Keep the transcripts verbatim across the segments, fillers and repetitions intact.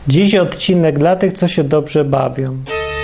Dziś odcinek dla tych, co się dobrze bawią.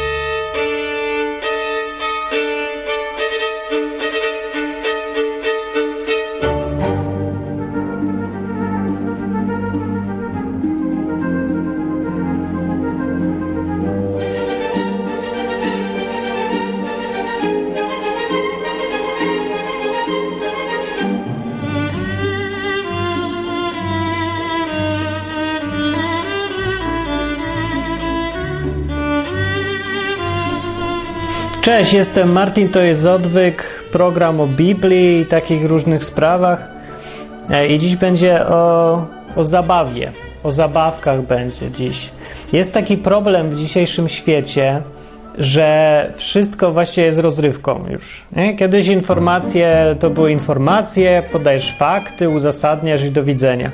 Cześć, jestem Martin, to jest Odwyk, program o Biblii i takich różnych sprawach. I dziś będzie o, o zabawie, o zabawkach będzie dziś. Jest taki problem w dzisiejszym świecie, że wszystko właśnie jest rozrywką już. Nie? Kiedyś informacje to były informacje, podajesz fakty, uzasadniasz i do widzenia.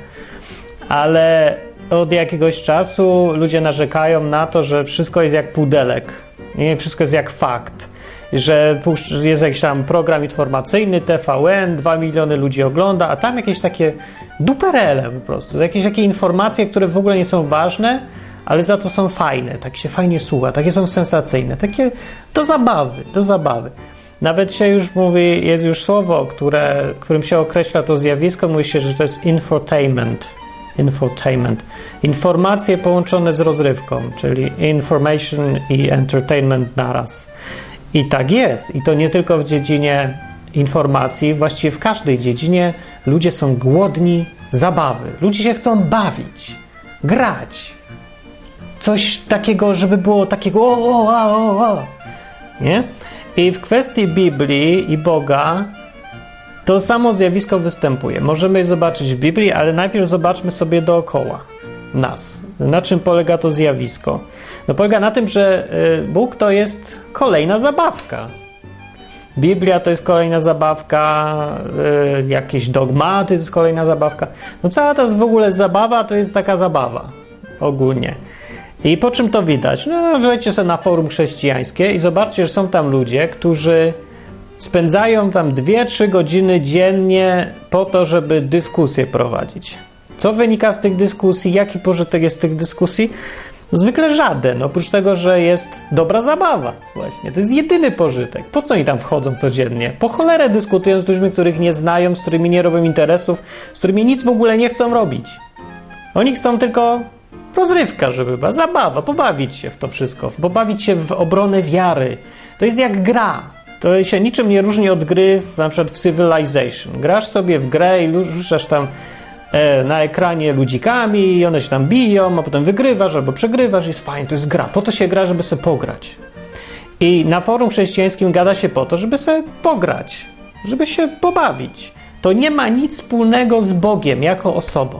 Ale od jakiegoś czasu ludzie narzekają na to, że wszystko jest jak pudelek. Nie, wszystko jest jak fakt, że jest jakiś tam program informacyjny, T V N, dwa miliony ludzi ogląda, a tam jakieś takie duperele po prostu, jakieś takie informacje, które w ogóle nie są ważne, ale za to są fajne, tak się fajnie słucha, takie są sensacyjne, takie do zabawy, do zabawy. Nawet się już mówi, jest już słowo, które, którym się określa to zjawisko, mówi się, że to jest infotainment. Infotainment. Informacje połączone z rozrywką, czyli information i entertainment naraz. I tak jest. I to nie tylko w dziedzinie informacji, właściwie w każdej dziedzinie ludzie są głodni zabawy. Ludzie się chcą bawić, grać. Coś takiego, żeby było takiego o, o, o, o. Nie? I w kwestii Biblii i Boga to samo zjawisko występuje. Możemy je zobaczyć w Biblii, ale najpierw zobaczmy sobie dookoła nas. Na czym polega to zjawisko? No polega na tym, że Bóg to jest kolejna zabawka. Biblia to jest kolejna zabawka, jakieś dogmaty to jest kolejna zabawka. No cała ta w ogóle zabawa to jest taka zabawa ogólnie. I po czym to widać? No wejdźcie sobie na forum chrześcijańskie i zobaczcie, że są tam ludzie, którzy spędzają tam dwie trzy godziny dziennie po to, żeby dyskusje prowadzić. Co wynika z tych dyskusji? Jaki pożytek jest z tych dyskusji? Zwykle żaden, oprócz tego, że jest dobra zabawa właśnie. To jest jedyny pożytek. Po co oni tam wchodzą codziennie? Po cholerę dyskutują z ludźmi, których nie znają, z którymi nie robią interesów, z którymi nic w ogóle nie chcą robić. Oni chcą tylko rozrywka, żeby była zabawa, pobawić się w to wszystko, pobawić się w obronę wiary. To jest jak gra. To się niczym nie różni od gry w, na przykład w Civilization. Grasz sobie w grę i rzucasz tam e, na ekranie ludzikami i one się tam biją, a potem wygrywasz albo przegrywasz i jest fajnie, to jest gra. Po to się gra, żeby sobie pograć. I na forum chrześcijańskim gada się po to, żeby sobie pograć, żeby się pobawić. To nie ma nic wspólnego z Bogiem jako osobą.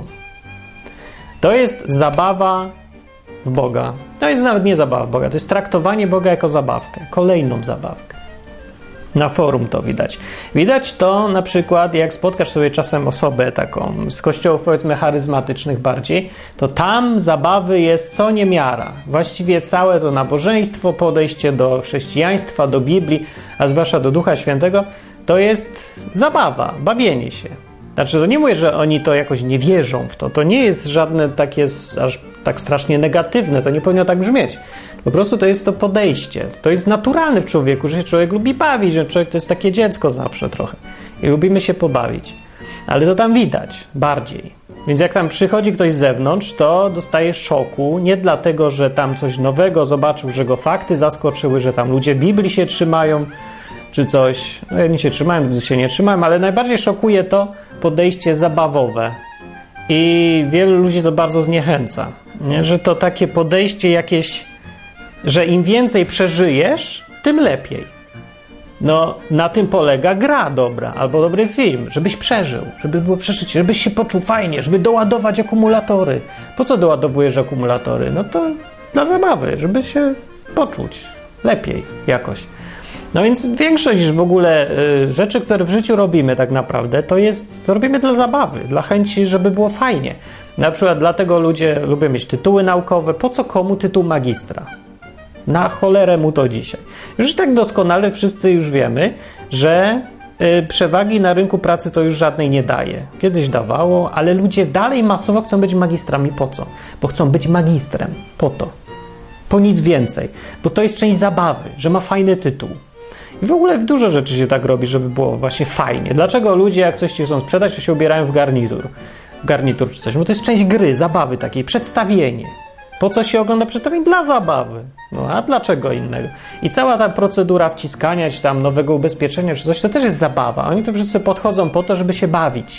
To jest zabawa w Boga. To jest nawet nie zabawa w Boga, to jest traktowanie Boga jako zabawkę, kolejną zabawkę. Na forum to widać. Widać to na przykład, jak spotkasz sobie czasem osobę taką z kościołów, powiedzmy, charyzmatycznych bardziej, to tam zabawy jest co niemiara. Właściwie całe to nabożeństwo, podejście do chrześcijaństwa, do Biblii, a zwłaszcza do Ducha Świętego, to jest zabawa, bawienie się. Znaczy, to nie mówię, że oni to jakoś nie wierzą w to. To nie jest żadne takie aż tak strasznie negatywne. To nie powinno tak brzmieć. Po prostu to jest to podejście. To jest naturalne w człowieku, że się człowiek lubi bawić, że człowiek to jest takie dziecko zawsze trochę. I lubimy się pobawić. Ale to tam widać bardziej. Więc jak tam przychodzi ktoś z zewnątrz, to dostaje szoku. Nie dlatego, że tam coś nowego zobaczył, że go fakty zaskoczyły, że tam ludzie Biblii się trzymają, czy coś. No jedni się trzymają, drudzy się nie trzymają, ale najbardziej szokuje to podejście zabawowe. I wielu ludzi to bardzo zniechęca. Nie? Że to takie podejście jakieś, że im więcej przeżyjesz, tym lepiej. No, na tym polega gra dobra, albo dobry film, żebyś przeżył, żeby było przeżycie, żebyś się poczuł fajnie, żeby doładować akumulatory. Po co doładowujesz akumulatory? No to dla zabawy, żeby się poczuć lepiej jakoś. No więc większość w ogóle y, rzeczy, które w życiu robimy tak naprawdę, to jest, to robimy dla zabawy, dla chęci, żeby było fajnie. Na przykład dlatego ludzie lubią mieć tytuły naukowe. Po co komu tytuł magistra? Na cholerę mu to dzisiaj. Już tak doskonale wszyscy już wiemy, że przewagi na rynku pracy to już żadnej nie daje. Kiedyś dawało, ale ludzie dalej masowo chcą być magistrami. Po co? Bo chcą być magistrem. Po to. Po nic więcej. Bo to jest część zabawy, że ma fajny tytuł. I w ogóle dużo rzeczy się tak robi, żeby było właśnie fajnie. Dlaczego ludzie, jak coś ci chcą sprzedać, to się ubierają w garnitur? Garnitur czy coś. Bo to jest część gry, zabawy takiej, przedstawienie. Po co się ogląda przedstawienie? Dla zabawy. No a dlaczego innego? I cała ta procedura wciskania czy tam nowego ubezpieczenia czy coś, to też jest zabawa. Oni to wszyscy podchodzą po to, żeby się bawić.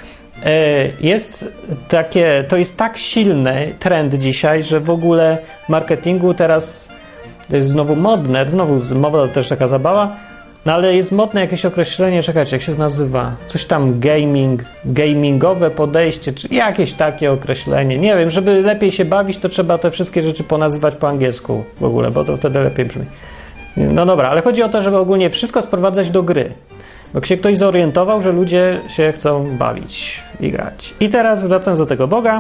Jest takie, to jest tak silny trend dzisiaj, że w ogóle w marketingu teraz to jest znowu modne, znowu mowa też taka zabawa, no ale jest modne jakieś określenie, czekajcie, jak się to nazywa? Coś tam gaming, gamingowe podejście, czy jakieś takie określenie. Nie wiem, żeby lepiej się bawić, to trzeba te wszystkie rzeczy ponazywać po angielsku w ogóle, bo to wtedy lepiej brzmi. No dobra, ale chodzi o to, żeby ogólnie wszystko sprowadzać do gry. Bo się ktoś zorientował, że ludzie się chcą bawić i grać. I teraz wracając do tego Boga,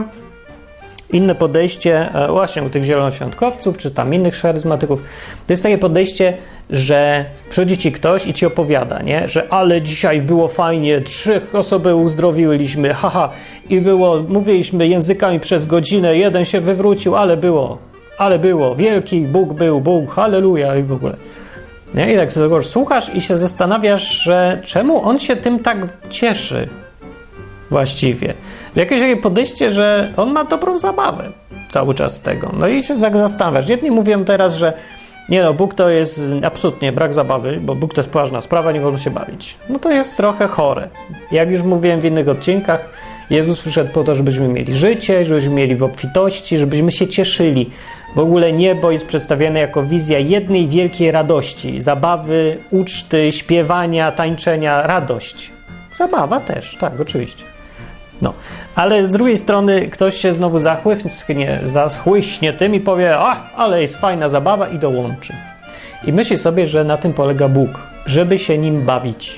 inne podejście właśnie u tych zielonoświątkowców, czy tam innych charyzmatyków, to jest takie podejście, że przychodzi ci ktoś i ci opowiada, nie? Że ale dzisiaj było fajnie, trzech osoby uzdrowiliśmy, haha, i było, mówiliśmy językami przez godzinę, jeden się wywrócił, ale było, ale było, wielki Bóg był, Bóg, halleluja i w ogóle. Nie? I tak sobie tego słuchasz i się zastanawiasz, że czemu on się tym tak cieszy właściwie. Jakieś takie podejście, że on ma dobrą zabawę cały czas z tego. No i się tak zastanawiasz. Jedni mówią teraz, że nie no, Bóg to jest absolutnie brak zabawy, bo Bóg to jest poważna sprawa, nie wolno się bawić. No to jest trochę chore. Jak już mówiłem w innych odcinkach, Jezus przyszedł po to, żebyśmy mieli życie, żebyśmy mieli w obfitości, żebyśmy się cieszyli. W ogóle niebo jest przedstawiane jako wizja jednej wielkiej radości. Zabawy, uczty, śpiewania, tańczenia, radość. Zabawa też, tak, oczywiście. No, ale z drugiej strony ktoś się znowu zachłyśnie, zachłyśnie tym i powie, a, ale jest fajna zabawa i dołączy. I myśli sobie, że na tym polega Bóg, żeby się nim bawić.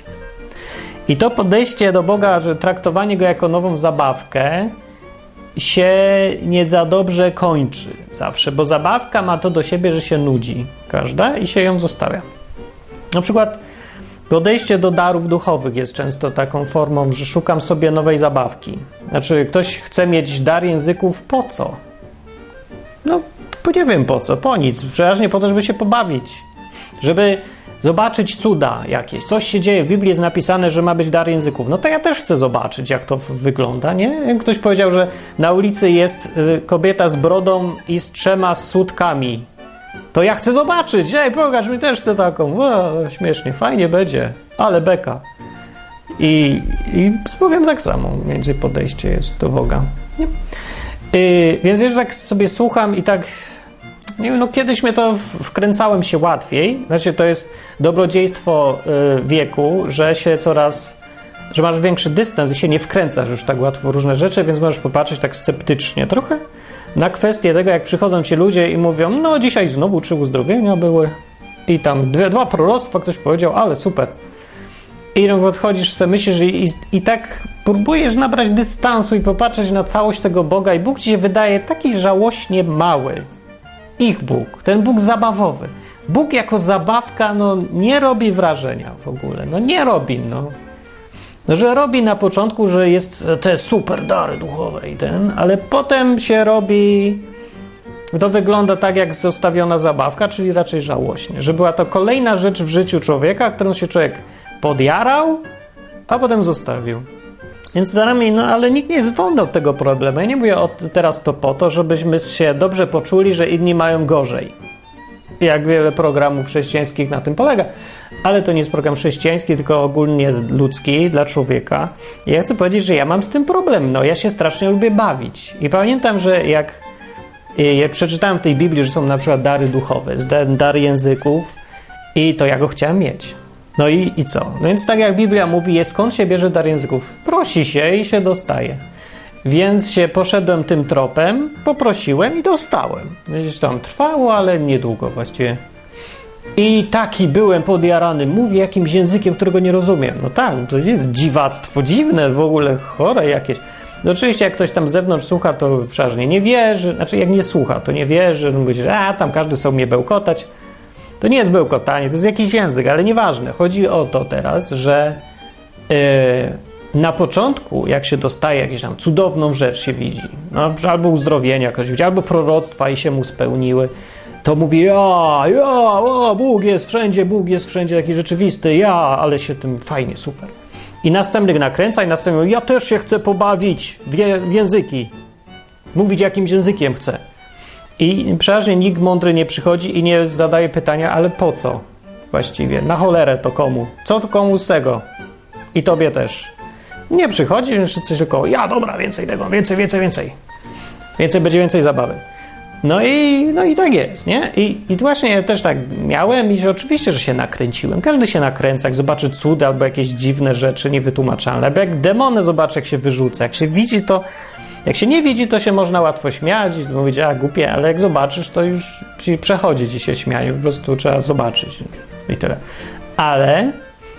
I to podejście do Boga, że traktowanie Go jako nową zabawkę się nie za dobrze kończy zawsze, bo zabawka ma to do siebie, że się nudzi każda i się ją zostawia. Na przykład podejście do darów duchowych jest często taką formą, że szukam sobie nowej zabawki. Znaczy, ktoś chce mieć dar języków, po co? No, nie wiem po co, po nic. Przeważnie po to, żeby się pobawić. Żeby zobaczyć cuda jakieś. Coś się dzieje. W Biblii jest napisane, że ma być dar języków. No to ja też chcę zobaczyć, jak to wygląda, nie? Jak ktoś powiedział, że na ulicy jest kobieta z brodą i z trzema sutkami. To ja chcę zobaczyć. Ej, pokaż mi, też chcę taką. O, śmiesznie, fajnie będzie. Ale beka. I, i powiem tak samo. Mniej więcej podejście jest do Boga. Nie? Yy, więc już tak sobie słucham i tak... Nie wiem, no kiedyś mnie to wkręcałem się łatwiej. Znaczy, to jest dobrodziejstwo yy, wieku, że się coraz... że masz większy dystans i się nie wkręcasz już tak łatwo w różne rzeczy, więc możesz popatrzeć tak sceptycznie trochę na kwestię tego, jak przychodzą ci ludzie i mówią, no dzisiaj znowu trzy uzdrowienia były i tam dwie, dwa proroctwa ktoś powiedział, ale super. I no podchodzisz sobie, myślisz i, i, i tak próbujesz nabrać dystansu i popatrzeć na całość tego Boga i Bóg ci się wydaje taki żałośnie mały. Ich Bóg, ten Bóg zabawowy. Bóg jako zabawka, no nie robi wrażenia w ogóle, no nie robi, no. No, że robi na początku, że jest te super dary duchowe i ten, ale potem się robi, to wygląda tak jak zostawiona zabawka, czyli raczej żałośnie, że była to kolejna rzecz w życiu człowieka, którą się człowiek podjarał, a potem zostawił. Więc za nami, no ale nikt nie jest wolny od tego problemu. Ja nie mówię o, teraz to po to, żebyśmy się dobrze poczuli, że inni mają gorzej. Jak wiele programów chrześcijańskich na tym polega. Ale to nie jest program chrześcijański, tylko ogólnie ludzki, dla człowieka. I ja chcę powiedzieć, że ja mam z tym problem. No, ja się strasznie lubię bawić. I pamiętam, że jak ja przeczytałem w tej Biblii, że są na przykład dary duchowe, dar języków i to ja go chciałem mieć. No i, i co? No więc tak jak Biblia mówi, jest skąd się bierze dar języków? Prosi się i się dostaje. Więc się poszedłem tym tropem, poprosiłem i dostałem. Gdzieś tam trwało, ale niedługo właściwie. I taki byłem podjarany. Mówię jakimś językiem, którego nie rozumiem. No tak, to jest dziwactwo, dziwne w ogóle, chore jakieś. No oczywiście jak ktoś tam z zewnątrz słucha, to przeważnie nie wierzy. Znaczy jak nie słucha, to nie wierzy. No mówi, że a, tam każdy sobie mnie bełkotać. To nie jest bełkotanie, to jest jakiś język, ale nieważne. Chodzi o to teraz, że na początku, jak się dostaje jakąś tam cudowną rzecz się widzi, no, albo uzdrowienie jakoś widzi, albo proroctwa i się mu spełniły, to mówi, ja, ja, o, Bóg jest wszędzie, Bóg jest wszędzie taki rzeczywisty, ja, ale się tym fajnie, super. I następnych nakręca i następny mówi, ja też się chcę pobawić w, je, w języki, mówić jakimś językiem chcę. I przeważnie nikt mądry nie przychodzi i nie zadaje pytania, ale po co właściwie? Na cholerę to komu? Co to komu z tego? I tobie też. Nie przychodzi, więc wszyscy tylko, ja dobra, więcej tego, więcej, więcej, więcej. Więcej będzie więcej zabawy. No i, no i tak jest, nie? I, i właśnie ja też tak miałem i że oczywiście, że się nakręciłem. Każdy się nakręca, jak zobaczy cudy albo jakieś dziwne rzeczy niewytłumaczalne. Albo jak demony zobaczy, jak się wyrzuca. Jak się widzi, to... Jak się nie widzi, to się można łatwo śmiać i mówić, a głupie, ale jak zobaczysz, to już ci przechodzi ci się śmianie. Po prostu trzeba zobaczyć i tyle. Ale...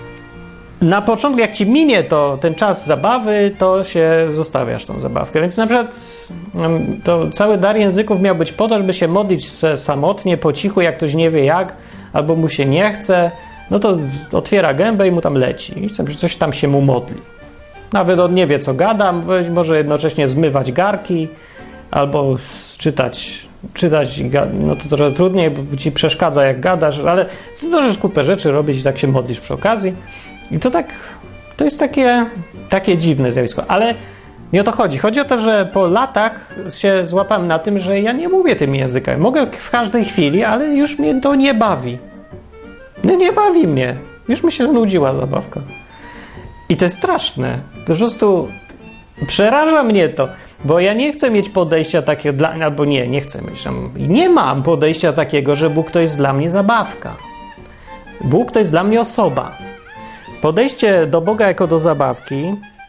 Na początku, jak ci minie to ten czas zabawy, to się zostawiasz tą zabawkę. Więc na przykład to cały dar języków miał być po to, żeby się modlić samotnie, po cichu, jak ktoś nie wie jak, albo mu się nie chce, no to otwiera gębę i mu tam leci. I coś tam się mu modli. Nawet on nie wie, co gadam, może jednocześnie zmywać garki, albo czytać, czytać, no to trochę trudniej, bo ci przeszkadza, jak gadasz, ale możesz kupę rzeczy robić i tak się modlisz przy okazji. I to tak, to jest takie, takie dziwne zjawisko, ale nie o to chodzi. Chodzi o to, że po latach się złapałem na tym, że ja nie mówię tym językiem. Mogę w każdej chwili, ale już mnie to nie bawi. No nie bawi mnie. Już mi się znudziła zabawka. I to jest straszne. Po prostu przeraża mnie to, bo ja nie chcę mieć podejścia takiego dla... Albo nie, nie chcę mieć. Nie mam podejścia takiego, że Bóg to jest dla mnie zabawka. Bóg to jest dla mnie osoba. Podejście do Boga jako do zabawki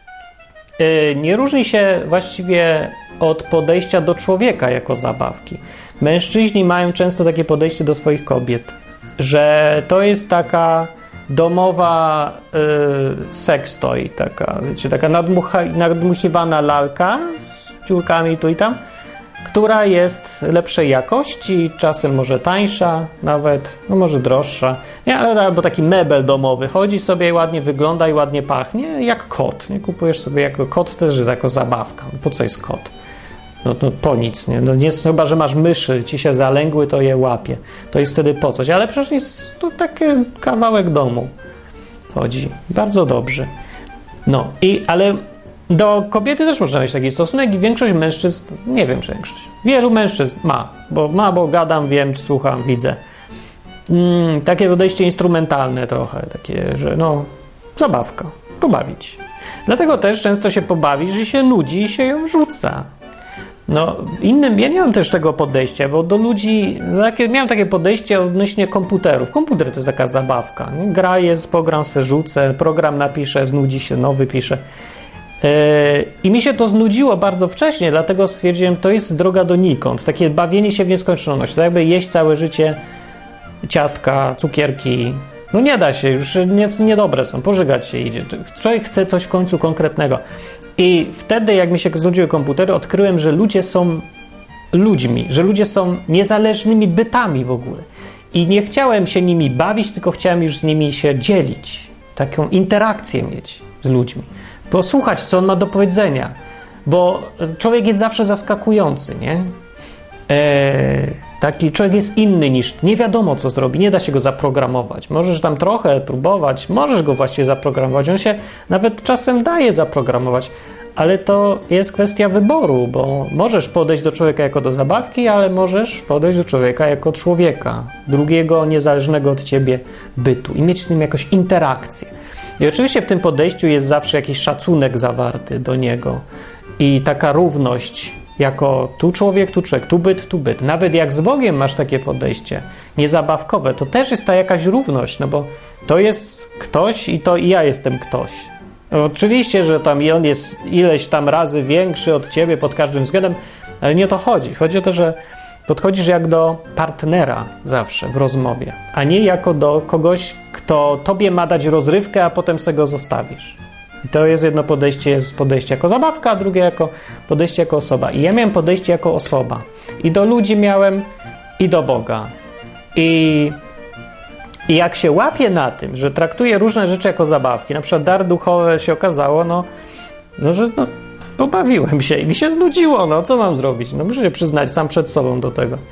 yy, nie różni się właściwie od podejścia do człowieka jako zabawki. Mężczyźni mają często takie podejście do swoich kobiet, że to jest taka domowa yy, sextoy, taka, wiecie, taka nadmucha, nadmuchiwana lalka z dziurkami tu i tam, która jest lepszej jakości, czasem może tańsza nawet, no może droższa, nie, ale albo taki mebel domowy, chodzi sobie i ładnie wygląda i ładnie pachnie, jak kot, nie? Kupujesz sobie jako kot, też jest jako zabawka. Po co jest kot? No to po nic, nie? No nie, chyba, że masz myszy, ci się zalęgły, to je łapie. To jest wtedy po coś, ale przecież jest to taki kawałek domu. Chodzi bardzo dobrze. No i, ale do kobiety też można mieć taki stosunek i większość mężczyzn, nie wiem czy większość, wielu mężczyzn ma, bo ma, bo gadam, wiem, słucham, widzę. Mm, takie podejście instrumentalne trochę, takie, że no, zabawka, pobawić. Dlatego też często się pobawi, że się nudzi i się ją rzuca. No, innym, ja nie mam też tego podejścia, bo do ludzi, takie, miałem takie podejście odnośnie komputerów. Komputer to jest taka zabawka. Nie? Gra jest, program se rzucę, program napiszę, znudzi się, nowy piszę. I mi się to znudziło bardzo wcześnie, dlatego stwierdziłem, to jest droga donikąd. Takie bawienie się w nieskończoność. To jakby jeść całe życie ciastka, cukierki. No nie da się, już nie, niedobre są, pożygać się idzie. Człowiek chce coś w końcu konkretnego. I wtedy, jak mi się znudziły komputery, odkryłem, że ludzie są ludźmi, że ludzie są niezależnymi bytami w ogóle. I nie chciałem się nimi bawić, tylko chciałem już z nimi się dzielić. Taką interakcję mieć z ludźmi. Posłuchać, co on ma do powiedzenia. Bo człowiek jest zawsze zaskakujący, nie? Eee, taki człowiek jest inny niż... Nie wiadomo, co zrobi. Nie da się go zaprogramować. Możesz tam trochę próbować. Możesz go właściwie zaprogramować. On się nawet czasem daje zaprogramować. Ale to jest kwestia wyboru, bo możesz podejść do człowieka jako do zabawki, ale możesz podejść do człowieka jako człowieka. Drugiego, niezależnego od ciebie bytu. I mieć z nim jakąś interakcję. I oczywiście w tym podejściu jest zawsze jakiś szacunek zawarty do niego i taka równość jako tu człowiek, tu człowiek, tu byt, tu byt. Nawet jak z Bogiem masz takie podejście niezabawkowe, to też jest ta jakaś równość, no bo to jest ktoś i to i ja jestem ktoś. Oczywiście, że tam i on jest ileś tam razy większy od ciebie pod każdym względem, ale nie o to chodzi. Chodzi o to, że podchodzisz jak do partnera zawsze w rozmowie, a nie jako do kogoś, kto tobie ma dać rozrywkę, a potem sobie go zostawisz. I to jest jedno podejście, jest podejście jako zabawka, a drugie jako podejście jako osoba. I ja miałem podejście jako osoba. I do ludzi miałem, i do Boga. I, I jak się łapie na tym, że traktuje różne rzeczy jako zabawki, na przykład dar duchowy się okazało, no, no że no, pobawiłem się i mi się znudziło, no co mam zrobić? No muszę się przyznać sam przed sobą do tego.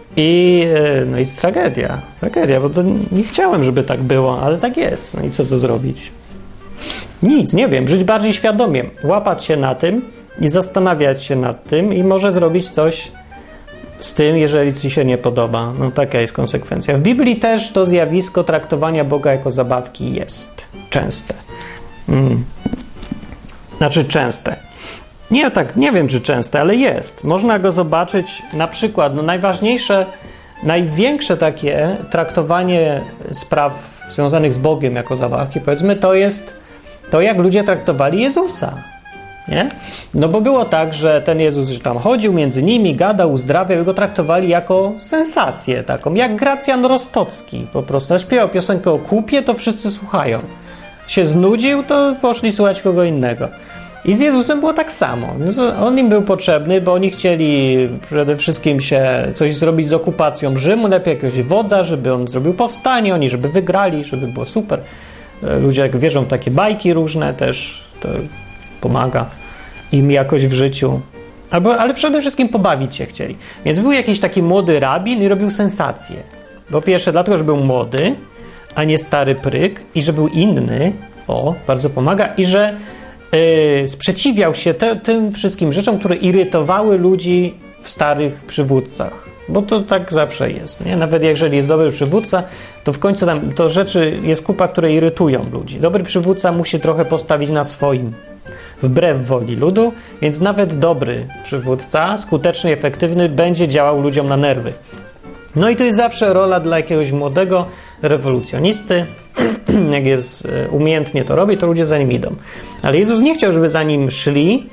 I no i tragedia, tragedia, bo to nie chciałem, żeby tak było, ale tak jest. No i co to zrobić? Nic, nie wiem, żyć bardziej świadomie, łapać się na tym i zastanawiać się nad tym i może zrobić coś z tym, jeżeli ci się nie podoba. No taka jest konsekwencja. W Biblii też to zjawisko traktowania Boga jako zabawki jest częste. Mm. Znaczy częste. Nie tak, nie wiem czy częste, ale jest. Można go zobaczyć na przykład, no najważniejsze, największe takie traktowanie spraw związanych z Bogiem jako zabawki, powiedzmy, to jest to, jak ludzie traktowali Jezusa. Nie? No bo było tak, że ten Jezus tam chodził między nimi, gadał, uzdrawiał i go traktowali jako sensację taką, jak Gracjan Rostocki po prostu. Śpiewał piosenkę o kupie, to wszyscy słuchają. Się znudził, to poszli słuchać kogo innego. I z Jezusem było tak samo. On im był potrzebny, bo oni chcieli przede wszystkim się coś zrobić z okupacją Rzymu, lepiej jakiegoś wodza, żeby on zrobił powstanie, oni żeby wygrali, żeby było super. Ludzie jak wierzą w takie bajki różne też, to pomaga im jakoś w życiu. Albo, ale przede wszystkim pobawić się chcieli. Więc był jakiś taki młody rabin i robił sensację. Po pierwsze dlatego, że był młody, a nie stary pryk i że był inny, o, bardzo pomaga, i że yy, sprzeciwiał się te, tym wszystkim rzeczom, które irytowały ludzi w starych przywódcach. Bo to tak zawsze jest, nie? Nawet jeżeli jest dobry przywódca, to w końcu tam to rzeczy jest kupa, które irytują ludzi. Dobry przywódca musi trochę postawić na swoim, wbrew woli ludu, więc nawet dobry przywódca, skuteczny i efektywny, będzie działał ludziom na nerwy. No i to jest zawsze rola dla jakiegoś młodego rewolucjonisty. Jak jest umiejętnie to robi, to ludzie za nim idą. Ale Jezus nie chciał, żeby za nim szli,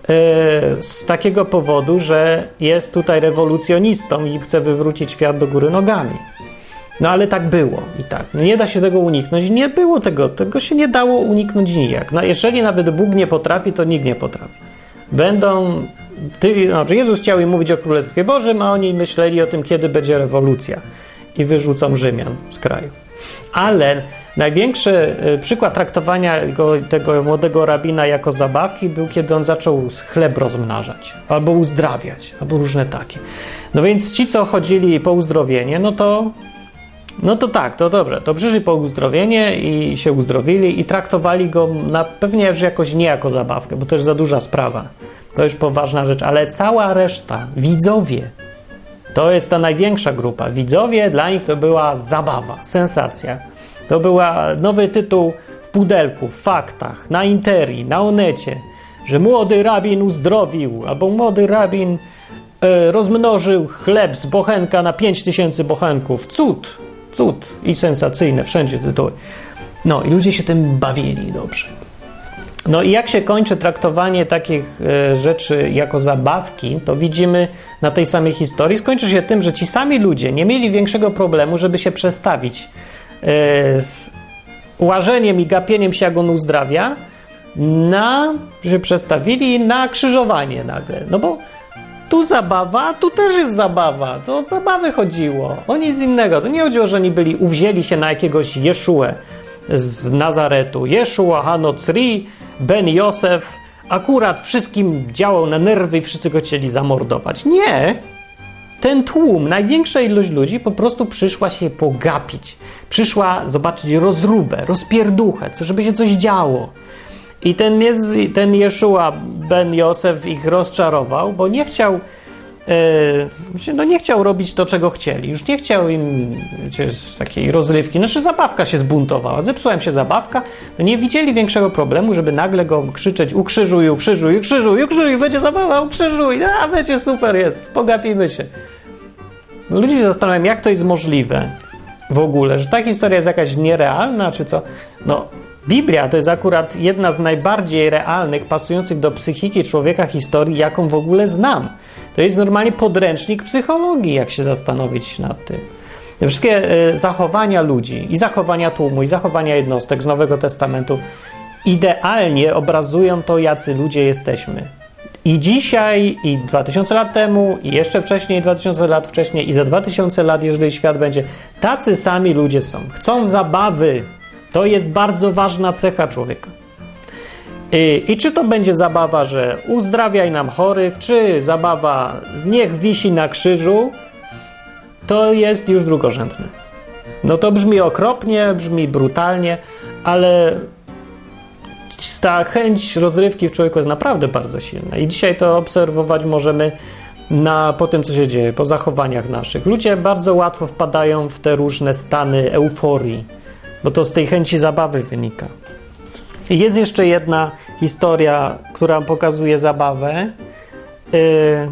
z takiego powodu, że jest tutaj rewolucjonistą i chce wywrócić świat do góry nogami. No ale tak było i tak. No nie da się tego uniknąć. Nie było tego. Tego się nie dało uniknąć nijak. No jeżeli nawet Bóg nie potrafi, to nikt nie potrafi. Będą... Ty, znaczy Jezus chciał im mówić o Królestwie Bożym, a oni myśleli o tym, kiedy będzie rewolucja i wyrzucą Rzymian z kraju. Ale największy przykład traktowania go, tego młodego rabina jako zabawki był, kiedy on zaczął chleb rozmnażać, albo uzdrawiać, albo różne takie. No więc ci, co chodzili po uzdrowienie, no to no to tak, to dobrze, to przyszli po uzdrowienie i się uzdrowili i traktowali go na pewnie już jakoś nie jako zabawkę, bo to już za duża sprawa. To już poważna rzecz, ale cała reszta, widzowie, to jest ta największa grupa. Widzowie, dla nich to była zabawa, sensacja. To był nowy tytuł w pudelku, w faktach, na Interi, na Onecie, że młody rabin uzdrowił, albo młody rabin e, rozmnożył chleb z bochenka na pięć tysięcy bochenków. Cud, cud i sensacyjne, wszędzie tytuły. No i ludzie się tym bawili dobrze. No i jak się kończy traktowanie takich e, rzeczy jako zabawki, to widzimy na tej samej historii. Skończy się tym, że ci sami ludzie nie mieli większego problemu, żeby się przestawić e, z łażeniem i gapieniem się, jak on uzdrawia, na, że przestawili na krzyżowanie nagle. No bo tu zabawa, tu też jest zabawa. To o zabawy chodziło, o nic innego. To nie chodziło, że oni byli, uwzięli się na jakiegoś Jeszuę z Nazaretu. Jeszua Hanocri, Ben Józef, akurat wszystkim działał na nerwy i wszyscy go chcieli zamordować. Nie! Ten tłum, największa ilość ludzi po prostu przyszła się pogapić. Przyszła zobaczyć rozróbę, rozpierduchę, żeby się coś działo. I ten, jest, ten Jeszua Ben Józef ich rozczarował, bo nie chciał Yy, no nie chciał robić to, czego chcieli. Już nie chciał im wiecie, takiej rozrywki. Znaczy zabawka się zbuntowała. Zepsuła im się zabawka. No nie widzieli większego problemu, żeby nagle go krzyczeć ukrzyżuj, ukrzyżuj, ukrzyżuj, ukrzyżuj, będzie zabawa, ukrzyżuj, a będzie super jest, pogapimy się. No, ludzie się zastanawiają, jak to jest możliwe w ogóle, że ta historia jest jakaś nierealna, czy co? No Biblia to jest akurat jedna z najbardziej realnych, pasujących do psychiki człowieka historii, jaką w ogóle znam. To jest normalnie podręcznik psychologii, jak się zastanowić nad tym. Te wszystkie y, zachowania ludzi i zachowania tłumu i zachowania jednostek z Nowego Testamentu idealnie obrazują to, jacy ludzie jesteśmy. I dzisiaj, i dwa tysiące lat temu, i jeszcze wcześniej, dwa tysiące lat wcześniej, i za dwa tysiące lat, jeżeli świat będzie, tacy sami ludzie są. Chcą zabawy. To jest bardzo ważna cecha człowieka. I, I czy to będzie zabawa, że uzdrawiaj nam chorych, czy zabawa niech wisi na krzyżu, to jest już drugorzędne. No to brzmi okropnie, brzmi brutalnie, ale ta chęć rozrywki w człowieku jest naprawdę bardzo silna. I dzisiaj to obserwować możemy na, po tym, co się dzieje, po zachowaniach naszych. Ludzie bardzo łatwo wpadają w te różne stany euforii, bo to z tej chęci zabawy wynika. I jest jeszcze jedna historia, która pokazuje zabawę. Yy,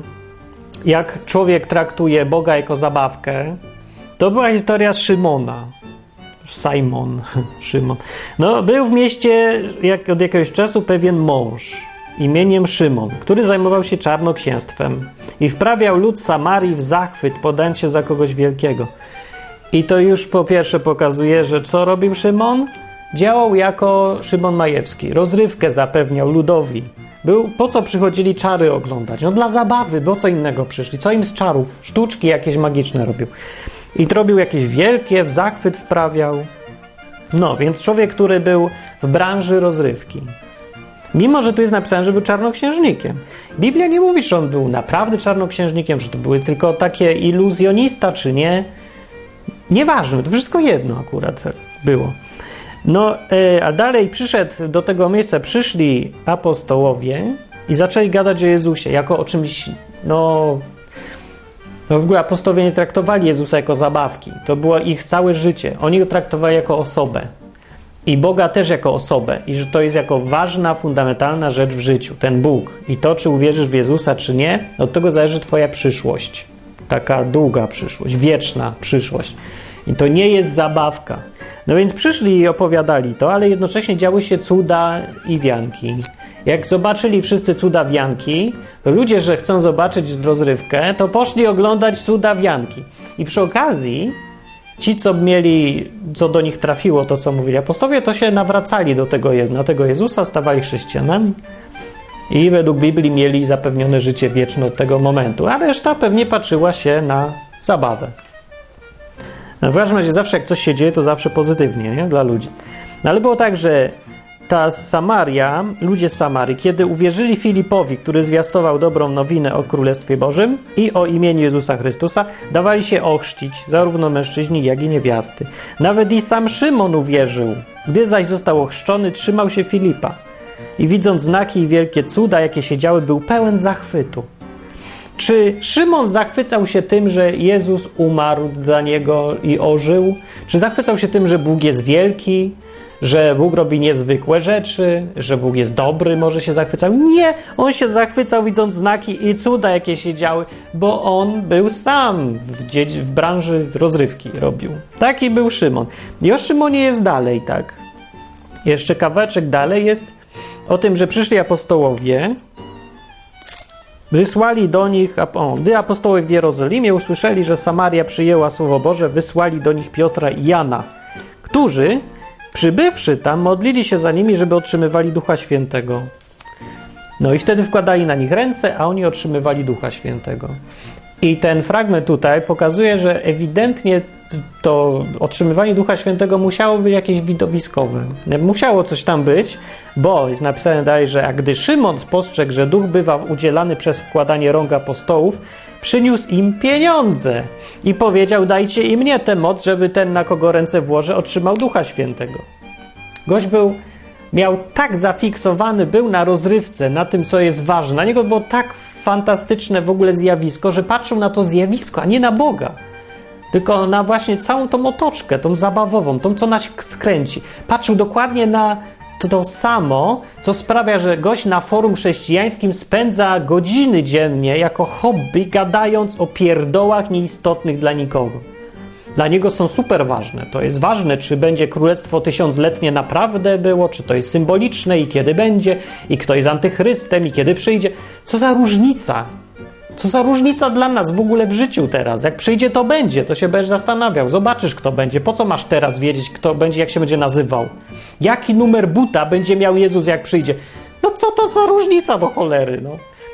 jak człowiek traktuje Boga jako zabawkę. To była historia z Szymona. Simon, Szymon. No, był w mieście jak, od jakiegoś czasu pewien mąż imieniem Szymon, który zajmował się czarnoksięstwem i wprawiał lud Samarii w zachwyt, podając się za kogoś wielkiego. I to już po pierwsze pokazuje, że co robił Szymon? Działał jako Szymon Majewski. Rozrywkę zapewniał ludowi. Był, po co przychodzili czary oglądać? No dla zabawy, bo co innego przyszli. Co im z czarów? Sztuczki jakieś magiczne robił. I to robił jakieś wielkie, w zachwyt wprawiał. No, więc człowiek, który był w branży rozrywki. Mimo, że tu jest napisane, że był czarnoksiężnikiem. Biblia nie mówi, że on był naprawdę czarnoksiężnikiem, że to były tylko takie iluzjonista, czy nie. Nieważne, to wszystko jedno akurat było. No, yy, a dalej przyszedł do tego miejsca, przyszli apostołowie i zaczęli gadać o Jezusie, jako o czymś, no... No w ogóle apostołowie nie traktowali Jezusa jako zabawki. To było ich całe życie. Oni go traktowali jako osobę. I Boga też jako osobę. I że to jest jako ważna, fundamentalna rzecz w życiu. Ten Bóg. I to, czy uwierzysz w Jezusa, czy nie, od tego zależy twoja przyszłość. Taka długa przyszłość. Wieczna przyszłość. I to nie jest zabawka. No więc przyszli i opowiadali to, ale jednocześnie działy się cuda i wianki. Jak zobaczyli wszyscy cudawianki, to ludzie, że chcą zobaczyć rozrywkę, to poszli oglądać cudawianki. I przy okazji ci, co mieli, co do nich trafiło, to co mówili apostołowie, to się nawracali do tego, na tego Jezusa, stawali chrześcijanami i według Biblii mieli zapewnione życie wieczne od tego momentu, a reszta pewnie patrzyła się na zabawę. No w każdym razie zawsze jak coś się dzieje, to zawsze pozytywnie, nie? Dla ludzi. No ale było tak, że ta Samaria, ludzie z Samarii, kiedy uwierzyli Filipowi, który zwiastował dobrą nowinę o Królestwie Bożym i o imieniu Jezusa Chrystusa, dawali się ochrzcić, zarówno mężczyźni, jak i niewiasty. Nawet i sam Szymon uwierzył. Gdy zaś został ochrzczony, trzymał się Filipa. I widząc znaki i wielkie cuda, jakie się działy, był pełen zachwytu. Czy Szymon zachwycał się tym, że Jezus umarł za niego i ożył? Czy zachwycał się tym, że Bóg jest wielki? Że Bóg robi niezwykłe rzeczy, że Bóg jest dobry, może się zachwycał. Nie, on się zachwycał widząc znaki i cuda, jakie się działy, bo on był sam w, dzie- w branży rozrywki robił. Taki był Szymon. I o Szymonie jest dalej, tak. Jeszcze kawałeczek dalej jest o tym, że przyszli apostołowie, wysłali do nich, o, gdy apostołowie w Jerozolimie usłyszeli, że Samaria przyjęła Słowo Boże, wysłali do nich Piotra i Jana, którzy przybywszy tam, modlili się za nimi, żeby otrzymywali Ducha Świętego. No i wtedy wkładali na nich ręce, a oni otrzymywali Ducha Świętego. I ten fragment tutaj pokazuje, że ewidentnie to otrzymywanie Ducha Świętego musiało być jakieś widowiskowe. Musiało coś tam być, bo jest napisane dalej, że a gdy Szymon spostrzegł, że Duch bywa udzielany przez wkładanie rąk apostołów, przyniósł im pieniądze i powiedział, dajcie i mnie tę moc, żeby ten, na kogo ręce włożę, otrzymał Ducha Świętego. Gość był, miał tak zafiksowany, był na rozrywce, na tym, co jest ważne. Na niego było tak fantastyczne w ogóle zjawisko, że patrzył na to zjawisko, a nie na Boga. Tylko na właśnie całą tą otoczkę, tą zabawową, tą, co nas skręci. Patrzył dokładnie na to, to samo, co sprawia, że gość na forum chrześcijańskim spędza godziny dziennie jako hobby, gadając o pierdołach nieistotnych dla nikogo. Dla niego są super ważne. To jest ważne, czy będzie królestwo tysiącletnie naprawdę było, czy to jest symboliczne i kiedy będzie, i kto jest antychrystem i kiedy przyjdzie. Co za różnica? Co za różnica dla nas w ogóle w życiu teraz? Jak przyjdzie, to będzie, to się będziesz zastanawiał. Zobaczysz, kto będzie. Po co masz teraz wiedzieć, kto będzie, jak się będzie nazywał? Jaki numer buta będzie miał Jezus, jak przyjdzie? No co to za różnica do cholery, no?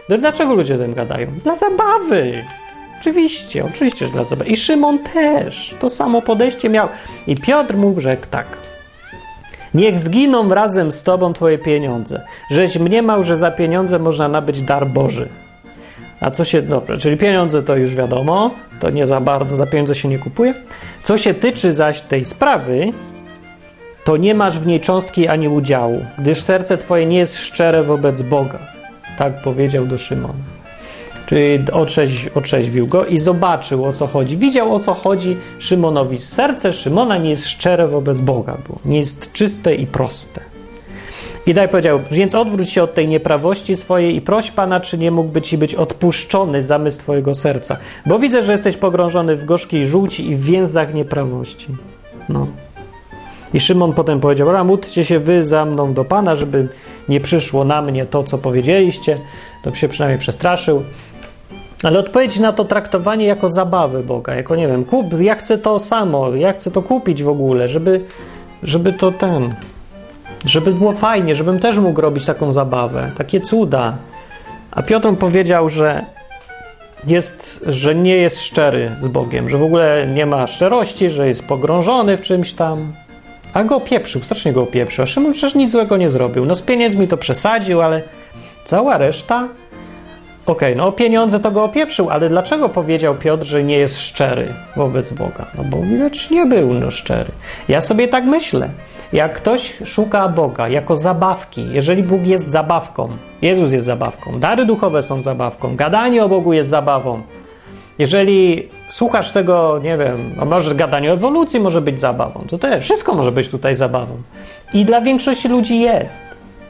No dlaczego ludzie o tym gadają? Dla zabawy. Oczywiście, oczywiście, że dla zabawy. I Szymon też. To samo podejście miał. I Piotr mu rzekł tak. Niech zginą razem z tobą twoje pieniądze. Żeś mniemał, że za pieniądze można nabyć dar Boży. A co się... Dobra, czyli pieniądze to już wiadomo. To nie za bardzo, za pieniądze się nie kupuje. Co się tyczy zaś tej sprawy, to nie masz w niej cząstki ani udziału, gdyż serce twoje nie jest szczere wobec Boga. Tak powiedział do Szymona. Czyli otrzeź, otrzeźwił go i zobaczył, o co chodzi. Widział, o co chodzi Szymonowi. Serce Szymona nie jest szczere wobec Boga, bo nie jest czyste i proste. I tak powiedział, więc odwróć się od tej nieprawości swojej i proś Pana, czy nie mógłby ci być odpuszczony zamysł twojego serca. Bo widzę, że jesteś pogrążony w gorzkiej żółci i w więzach nieprawości. No. I Szymon potem powiedział, a módlcie się wy za mną do Pana, żeby nie przyszło na mnie to, co powiedzieliście. To się przynajmniej przestraszył. Ale odpowiedź na to traktowanie jako zabawy Boga, jako nie wiem, kup, ja chcę to samo, ja chcę to kupić w ogóle, żeby, żeby to ten, żeby było fajnie, żebym też mógł robić taką zabawę, takie cuda. A Piotr powiedział, że jest, że nie jest szczery z Bogiem, że w ogóle nie ma szczerości, że jest pogrążony w czymś tam. A go opieprzył, strasznie go opieprzył. A Szymon przecież nic złego nie zrobił. No z pieniędzmi to przesadził, ale cała reszta... Okej, okay, no o pieniądze to go opieprzył, ale dlaczego powiedział Piotr, że nie jest szczery wobec Boga? No bo widać nie był no szczery. Ja sobie tak myślę. Jak ktoś szuka Boga jako zabawki, jeżeli Bóg jest zabawką, Jezus jest zabawką, dary duchowe są zabawką, gadanie o Bogu jest zabawą. Jeżeli słuchasz tego, nie wiem, a może gadanie o ewolucji może być zabawą, to też wszystko może być tutaj zabawą. I dla większości ludzi jest.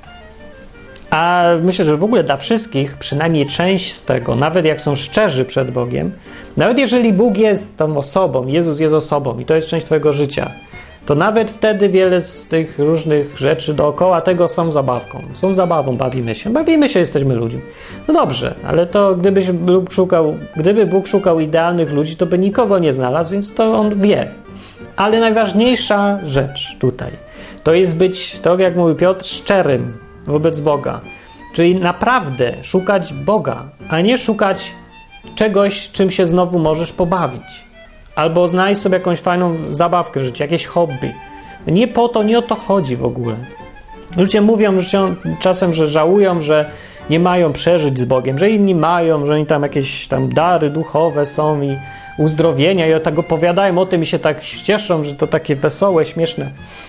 A myślę, że w ogóle dla wszystkich, przynajmniej część z tego, nawet jak są szczerzy przed Bogiem, nawet jeżeli Bóg jest tą osobą, Jezus jest osobą i to jest część twojego życia, to nawet wtedy wiele z tych różnych rzeczy dookoła tego są zabawką. Są zabawą, bawimy się. Bawimy się, jesteśmy ludźmi. No dobrze, ale to gdybyś Bóg szukał, gdyby Bóg szukał idealnych ludzi, to by nikogo nie znalazł, więc to On wie. Ale najważniejsza rzecz tutaj, to jest być, tak jak mówił Piotr, szczerym wobec Boga. Czyli naprawdę szukać Boga, a nie szukać czegoś, czym się znowu możesz pobawić. Albo znaleźć sobie jakąś fajną zabawkę w życiu, jakieś hobby. Nie po to, nie o to chodzi w ogóle. Ludzie mówią że czasem, że żałują, że nie mają przeżyć z Bogiem, że inni mają, że oni tam jakieś tam dary duchowe są i uzdrowienia i tak opowiadają o tym i się tak cieszą, że to takie wesołe, śmieszne.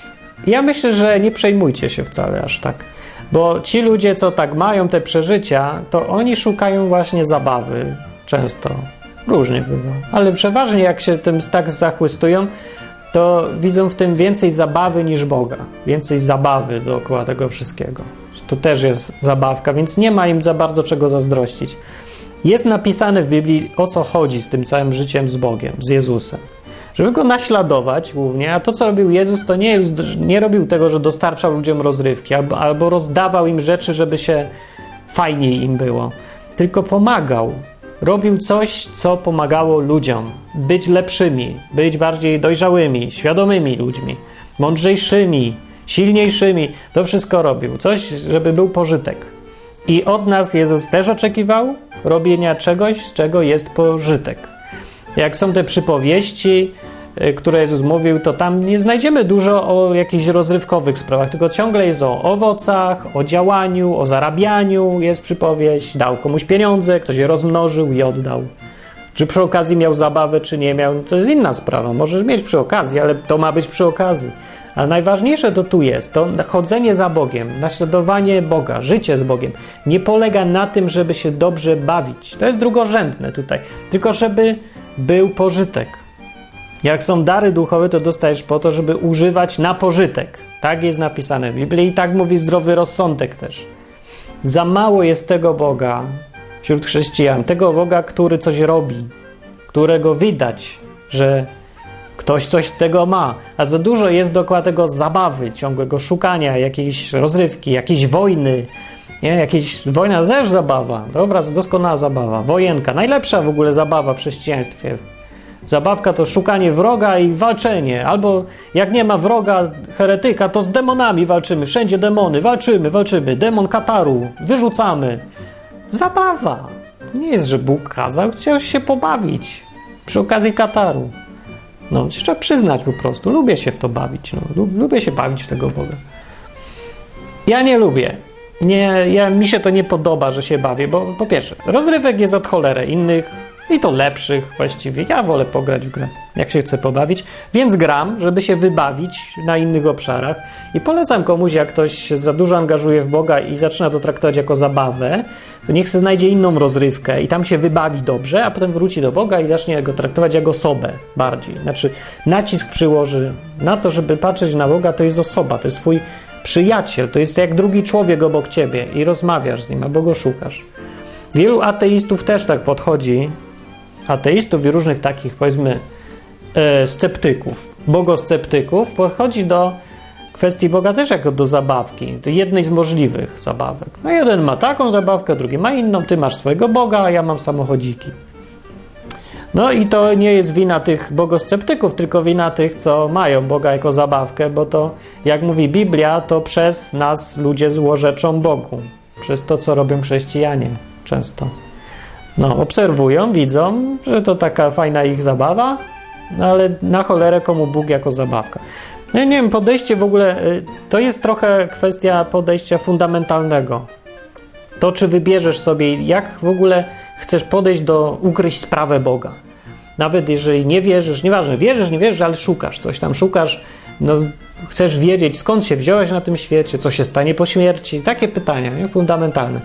Ja myślę, że nie przejmujcie się wcale aż tak. Bo ci ludzie, co tak mają te przeżycia, to oni szukają właśnie zabawy. Często. Różnie bywa. Ale przeważnie jak się tym tak zachwystują, to widzą w tym więcej zabawy niż Boga. Więcej zabawy dookoła tego wszystkiego. To też jest zabawka, więc nie ma im za bardzo czego zazdrościć. Jest napisane w Biblii, o co chodzi z tym całym życiem z Bogiem, z Jezusem. Żeby go naśladować głównie, a to, co robił Jezus, to nie, nie robił tego, że dostarczał ludziom rozrywki albo, albo rozdawał im rzeczy, żeby się fajniej im było. Tylko pomagał. Robił coś, co pomagało ludziom być lepszymi, być bardziej dojrzałymi, świadomymi ludźmi, mądrzejszymi, silniejszymi. To wszystko robił. Coś, żeby był pożytek. I od nas Jezus też oczekiwał robienia czegoś, z czego jest pożytek. Jak są te przypowieści, które Jezus mówił, to tam nie znajdziemy dużo o jakichś rozrywkowych sprawach, tylko ciągle jest o owocach, o działaniu, o zarabianiu jest przypowieść, dał komuś pieniądze, ktoś je rozmnożył i oddał. Czy przy okazji miał zabawę, czy nie miał, to jest inna sprawa. Możesz mieć przy okazji, ale to ma być przy okazji. A najważniejsze to tu jest, to chodzenie za Bogiem, naśladowanie Boga, życie z Bogiem nie polega na tym, żeby się dobrze bawić. To jest drugorzędne tutaj, tylko żeby był pożytek. Jak są dary duchowe, to dostajesz po to, żeby używać na pożytek. Tak jest napisane w Biblii i tak mówi zdrowy rozsądek też. Za mało jest tego Boga wśród chrześcijan, tego Boga, który coś robi, którego widać, że ktoś coś z tego ma, a za dużo jest dookoła tego zabawy, ciągłego szukania, jakiejś rozrywki, jakiejś wojny, nie? Jakieś wojna to też zabawa, dobra, doskonała zabawa, wojenka, najlepsza w ogóle zabawa w chrześcijaństwie. Zabawka to szukanie wroga i walczenie, albo jak nie ma wroga, heretyka, to z demonami walczymy, wszędzie demony, walczymy, walczymy, demon Kataru, wyrzucamy. zabawa. To nie jest, że Bóg kazał, chciał się pobawić przy okazji Kataru. No, trzeba przyznać po prostu, lubię się w to bawić, no, lubię się bawić w tego Boga. Ja nie lubię. Nie, ja, mi się to nie podoba, że się bawię, bo po pierwsze, rozrywek jest od cholery innych i to lepszych właściwie. Ja wolę pograć w grę, jak się chcę pobawić, więc gram, żeby się wybawić na innych obszarach i polecam komuś, jak ktoś się za dużo angażuje w Boga i zaczyna to traktować jako zabawę, to niech sobie znajdzie inną rozrywkę i tam się wybawi dobrze, a potem wróci do Boga i zacznie go traktować jak osobę bardziej. Znaczy nacisk przyłoży na to, żeby patrzeć na Boga, to jest osoba, to jest twój przyjaciel, to jest jak drugi człowiek obok ciebie i rozmawiasz z nim, albo go szukasz. Wielu ateistów też tak podchodzi, ateistów i różnych takich, powiedzmy, e, sceptyków, bogosceptyków, podchodzi do kwestii Boga też jako do zabawki, do jednej z możliwych zabawek. No jeden ma taką zabawkę, drugi ma inną, ty masz swojego Boga, a ja mam samochodziki. No i to nie jest wina tych bogosceptyków, tylko wina tych, co mają Boga jako zabawkę, bo to, jak mówi Biblia, to przez nas ludzie złorzeczą Bogu. Przez to, co robią chrześcijanie często. No, obserwują, widzą, że to taka fajna ich zabawa, no ale na cholerę komu Bóg jako zabawka. No nie wiem, podejście w ogóle, to jest trochę kwestia podejścia fundamentalnego. To, czy wybierzesz sobie, jak w ogóle chcesz podejść do, ugryźć sprawę Boga. Nawet jeżeli nie wierzysz, nieważne, wierzysz, nie wierzysz, ale szukasz, coś tam szukasz, no chcesz wiedzieć, skąd się wziąłeś na tym świecie, co się stanie po śmierci. Takie pytania, nie? Fundamentalne.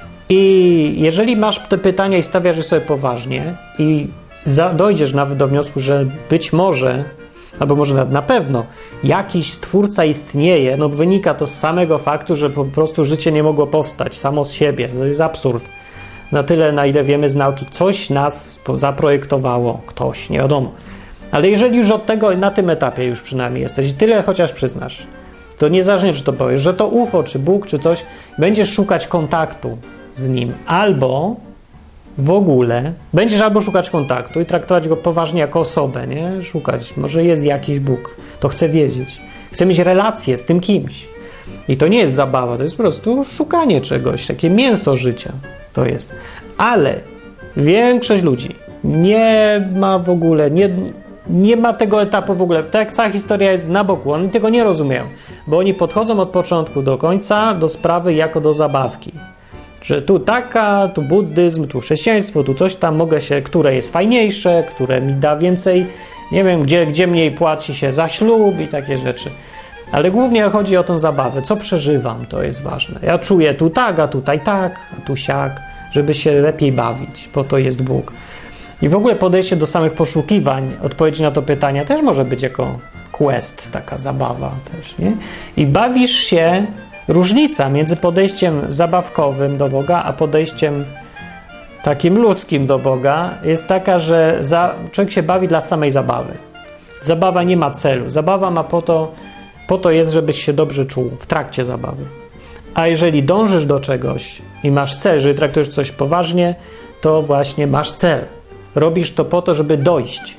I jeżeli masz te pytania i stawiasz je sobie poważnie i za, dojdziesz nawet do wniosku, że być może, albo może nawet na pewno, jakiś stwórca istnieje, no wynika to z samego faktu, że po prostu życie nie mogło powstać samo z siebie. To jest absurd. Na tyle, na ile wiemy z nauki, coś nas zaprojektowało, ktoś, nie wiadomo. Ale jeżeli już od tego, na tym etapie już przynajmniej jesteś i tyle chociaż przyznasz, to niezależnie, czy to powiesz, że to U F O, czy Bóg, czy coś, będziesz szukać kontaktu z nim, albo w ogóle będziesz albo szukać kontaktu i traktować go poważnie jako osobę, nie? Szukać, może jest jakiś Bóg, to chcę wiedzieć, chcę mieć relację z tym kimś. I to nie jest zabawa, to jest po prostu szukanie czegoś, takie mięso życia to jest. Ale większość ludzi nie ma w ogóle, nie, nie ma tego etapu w ogóle. Tak jak cała historia jest na boku, oni tego nie rozumieją, bo oni podchodzą od początku do końca do sprawy jako do zabawki. Że tu taka, tu buddyzm, tu chrześcijaństwo, tu coś tam mogę się, które jest fajniejsze, które mi da więcej, nie wiem, gdzie, gdzie mniej płaci się za ślub i takie rzeczy. Ale głównie chodzi o tą zabawę. Co przeżywam, to jest ważne. Ja czuję tu tak, a tutaj tak, a tu siak, żeby się lepiej bawić, po to jest Bóg. I w ogóle podejście do samych poszukiwań, odpowiedzi na to pytania też może być jako quest, taka zabawa też, nie? I bawisz się, różnica między podejściem zabawkowym do Boga, a podejściem takim ludzkim do Boga jest taka, że za, człowiek się bawi dla samej zabawy. Zabawa nie ma celu. Zabawa ma po to, po to jest, żebyś się dobrze czuł w trakcie zabawy. A jeżeli dążysz do czegoś i masz cel, jeżeli traktujesz coś poważnie, to właśnie masz cel. Robisz to po to, żeby dojść,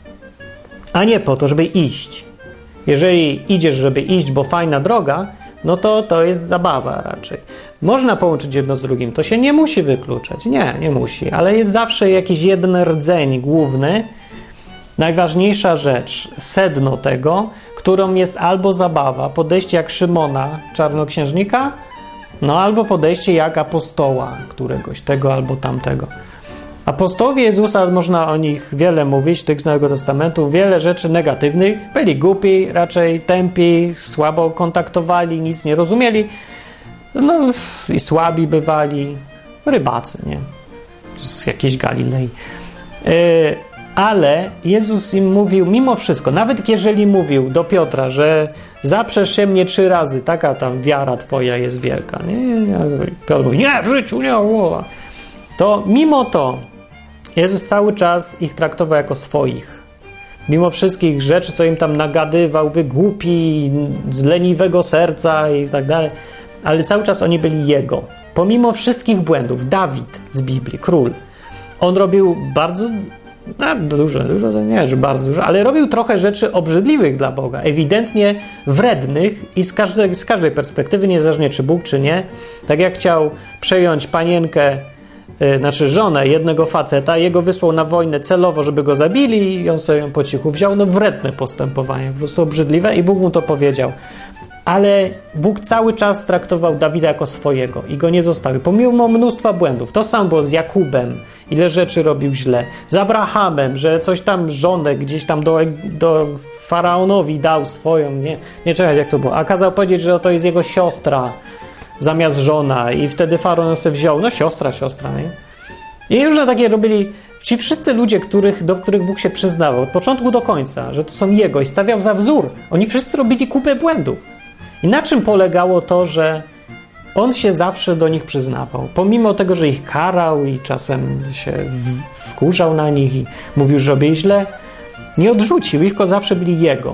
a nie po to, żeby iść. Jeżeli idziesz, żeby iść, bo fajna droga, no to to jest zabawa raczej. Można połączyć jedno z drugim, to się nie musi wykluczać. Nie, nie musi, ale jest zawsze jakiś jeden rdzeń główny, najważniejsza rzecz, sedno tego, którą jest albo zabawa, podejście jak Szymona, czarnoksiężnika, no albo podejście jak apostoła któregoś, tego albo tamtego. Apostołowie Jezusa, można o nich wiele mówić, tych z Nowego Testamentu, wiele rzeczy negatywnych, byli głupi, raczej tępi, słabo kontaktowali, nic nie rozumieli, no i słabi bywali, rybacy, nie? Z jakiejś Galilei. Yy, ale Jezus im mówił mimo wszystko, nawet jeżeli mówił do Piotra, że zaprzesz się mnie trzy razy, taka tam wiara twoja jest wielka, nie? Piotr mówi, nie, w życiu nie, to mimo to Jezus cały czas ich traktował jako swoich. Mimo wszystkich rzeczy, co im tam nagadywał, wy głupi, z leniwego serca i tak dalej, ale cały czas oni byli Jego. Pomimo wszystkich błędów, Dawid z Biblii, król, on robił bardzo, no dużo, dużo, to nie, że bardzo dużo, ale robił trochę rzeczy obrzydliwych dla Boga, ewidentnie wrednych i z każdej, z każdej perspektywy, niezależnie czy Bóg, czy nie. Tak jak chciał przejąć panienkę yy, znaczy żonę jednego faceta, jego wysłał na wojnę celowo, żeby go zabili i on sobie ją po cichu wziął. No wredne postępowanie, po prostu obrzydliwe i Bóg mu to powiedział. Ale Bóg cały czas traktował Dawida jako swojego i go nie zostawił, pomimo mnóstwa błędów. To samo było z Jakubem, ile rzeczy robił źle. Z Abrahamem, że coś tam żonę gdzieś tam do, do faraonowi dał swoją, nie, nie czekać jak to było, a kazał powiedzieć, że to jest jego siostra zamiast żona i wtedy faraon sobie wziął, no siostra, siostra, nie? I już na takie robili ci wszyscy ludzie, których, do których Bóg się przyznawał od początku do końca, że to są jego i stawiał za wzór. Oni wszyscy robili kupę błędów. I na czym polegało to, że on się zawsze do nich przyznawał? Pomimo tego, że ich karał i czasem się wkurzał na nich i mówił, że robię źle, nie odrzucił ich, tylko zawsze byli jego.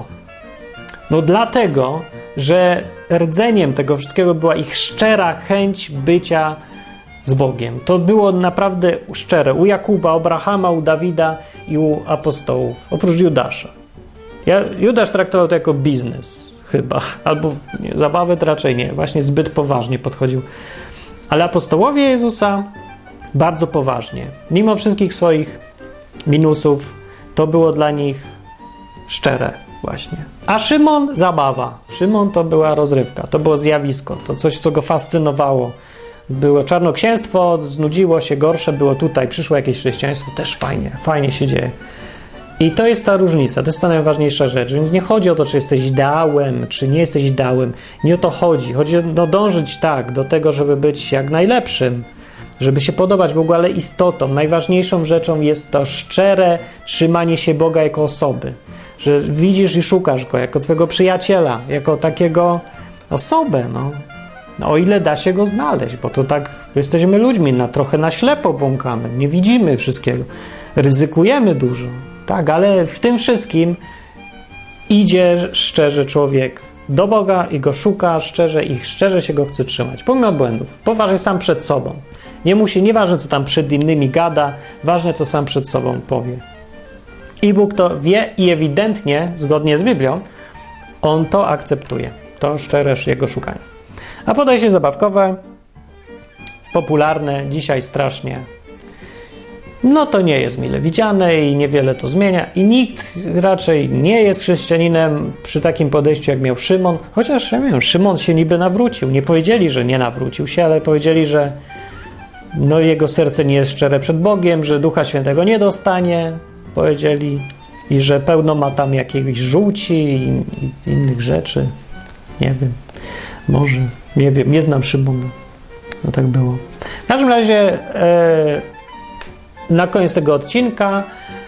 No dlatego, że rdzeniem tego wszystkiego była ich szczera chęć bycia z Bogiem. To było naprawdę szczere. U Jakuba, u Abrahama, u Dawida i u apostołów. Oprócz Judasza. Ja, Judasz traktował to jako biznes. Chyba. Albo nie, zabawę to raczej nie. Właśnie zbyt poważnie podchodził. Ale apostołowie Jezusa bardzo poważnie. Mimo wszystkich swoich minusów, to było dla nich szczere właśnie. A Szymon zabawa. Szymon to była rozrywka. To było zjawisko. To coś, co go fascynowało. Było czarnoksięstwo, znudziło się, gorsze było tutaj. Przyszło jakieś chrześcijaństwo, też fajnie. Fajnie się dzieje. I to jest ta różnica, to jest ta najważniejsza rzecz, więc nie chodzi o to, czy jesteś ideałem, czy nie jesteś ideałem, nie o to chodzi, chodzi o no, dążyć tak do tego, żeby być jak najlepszym, żeby się podobać Bogu, ale istotą, najważniejszą rzeczą jest to szczere trzymanie się Boga jako osoby, że widzisz i szukasz Go jako twojego przyjaciela, jako takiego osobę, no. No, o ile da się Go znaleźć, bo to tak jesteśmy ludźmi, na, trochę na ślepo błąkamy, nie widzimy wszystkiego, ryzykujemy dużo. Tak, ale w tym wszystkim idzie szczerze człowiek do Boga i Go szuka szczerze i szczerze się Go chce trzymać, pomimo błędów. Poważnie sam przed sobą. Nie musi, nieważne co tam przed innymi gada, ważne co sam przed sobą powie. I Bóg to wie i ewidentnie, zgodnie z Biblią, On to akceptuje. To szczere Jego szukanie. A podejście zabawkowe, popularne, dzisiaj strasznie, no to nie jest mile widziane i niewiele to zmienia i nikt raczej nie jest chrześcijaninem przy takim podejściu, jak miał Szymon, chociaż ja wiem, Szymon się niby nawrócił, nie powiedzieli, że nie nawrócił się, ale powiedzieli, że no jego serce nie jest szczere przed Bogiem, że Ducha Świętego nie dostanie, powiedzieli, i że pełno ma tam jakiejś żółci i, i innych rzeczy, nie wiem, może, nie wiem, nie znam Szymona, no tak było. W każdym razie e, na koniec tego odcinka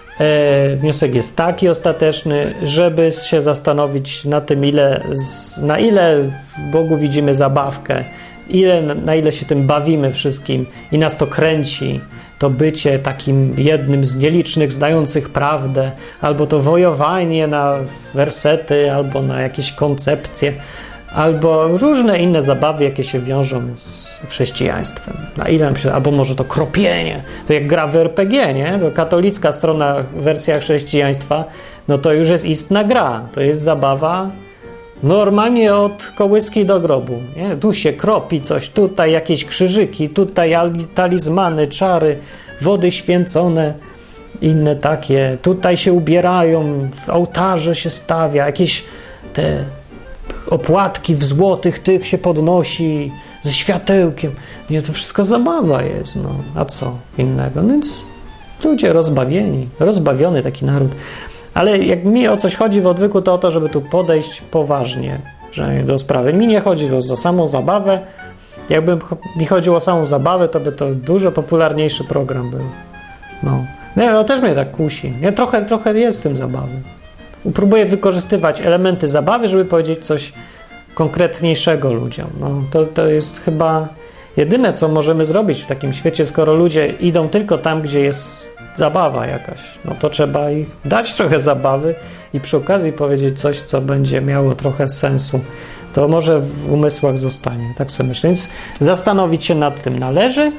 e, wniosek jest taki ostateczny, żeby się zastanowić na tym, ile, na ile w Bogu widzimy zabawkę, ile, na ile się tym bawimy wszystkim i nas to kręci, to bycie takim jednym z nielicznych znających prawdę, albo to wojowanie na wersety, albo na jakieś koncepcje, albo różne inne zabawy, jakie się wiążą z chrześcijaństwem. Na ile nam się, albo może to kropienie, to jak gra w er pe gie, nie? To katolicka strona, wersja chrześcijaństwa, no to już jest istna gra, to jest zabawa normalnie od kołyski do grobu, nie? Tu się kropi coś, tutaj jakieś krzyżyki, tutaj talizmany, czary, wody święcone, inne takie, tutaj się ubierają, w ołtarze się stawia, jakieś te opłatki w złotych tych się podnosi ze światełkiem. Nie, to wszystko zabawa jest, no. A co innego? No więc ludzie rozbawieni, rozbawiony taki naród. Ale jak mi o coś chodzi w odwyku, to o to, żeby tu podejść poważnie do sprawy. Mi nie chodzi o samą zabawę. Jakby mi chodziło o samą zabawę, to by to dużo popularniejszy program był. No. Nie, no też mnie tak kusi. Nie, trochę, trochę jest w tym zabawy. Próbuję wykorzystywać elementy zabawy, żeby powiedzieć coś konkretniejszego ludziom. No, to, to jest chyba jedyne, co możemy zrobić w takim świecie, skoro ludzie idą tylko tam, gdzie jest zabawa jakaś. No to trzeba ich dać trochę zabawy i przy okazji powiedzieć coś, co będzie miało trochę sensu. To może w umysłach zostanie. Tak sobie myślę. Więc zastanowić się nad tym należy.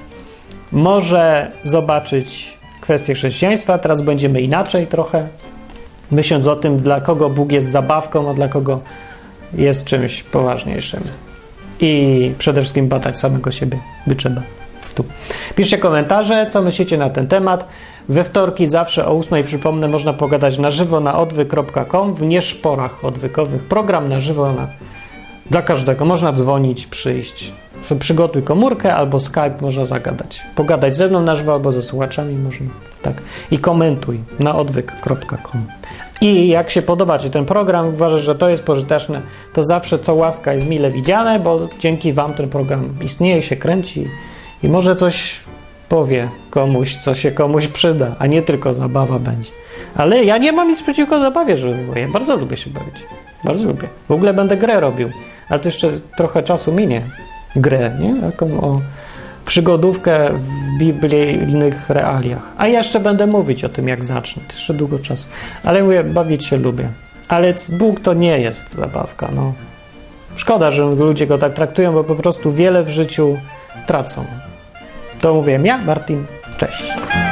Może zobaczyć kwestię chrześcijaństwa. Teraz będziemy inaczej trochę. Myśląc o tym, dla kogo Bóg jest zabawką, a dla kogo jest czymś poważniejszym. I przede wszystkim badać samego siebie by trzeba. Tu. Piszcie komentarze, co myślicie na ten temat. We wtorki zawsze o ósmej, przypomnę, można pogadać na żywo na odwyk kropka com w nieszporach odwykowych. Program na żywo na, dla każdego. Można dzwonić, przyjść. Przygotuj komórkę albo Skype, można zagadać. Pogadać ze mną na żywo albo ze słuchaczami można. Tak. I komentuj na odwyk kropka com. I jak się podoba Ci ten program, uważasz, że to jest pożyteczne, to zawsze co łaska jest mile widziane, bo dzięki Wam ten program istnieje, się kręci i może coś powie komuś, co się komuś przyda, a nie tylko zabawa będzie. Ale ja nie mam nic przeciwko zabawie, żeby było. Ja bardzo lubię się bawić. Bardzo lubię. W ogóle będę grę robił, ale to jeszcze trochę czasu minie. Grę, nie? Taką o przygodówkę w biblijnych realiach. A jeszcze będę mówić o tym, jak zacznę. To jeszcze długo czasu. Ale mówię, bawić się lubię. Ale Bóg to nie jest zabawka, no. Szkoda, że ludzie go tak traktują, bo po prostu wiele w życiu tracą. To mówiłem ja, Martin. Cześć.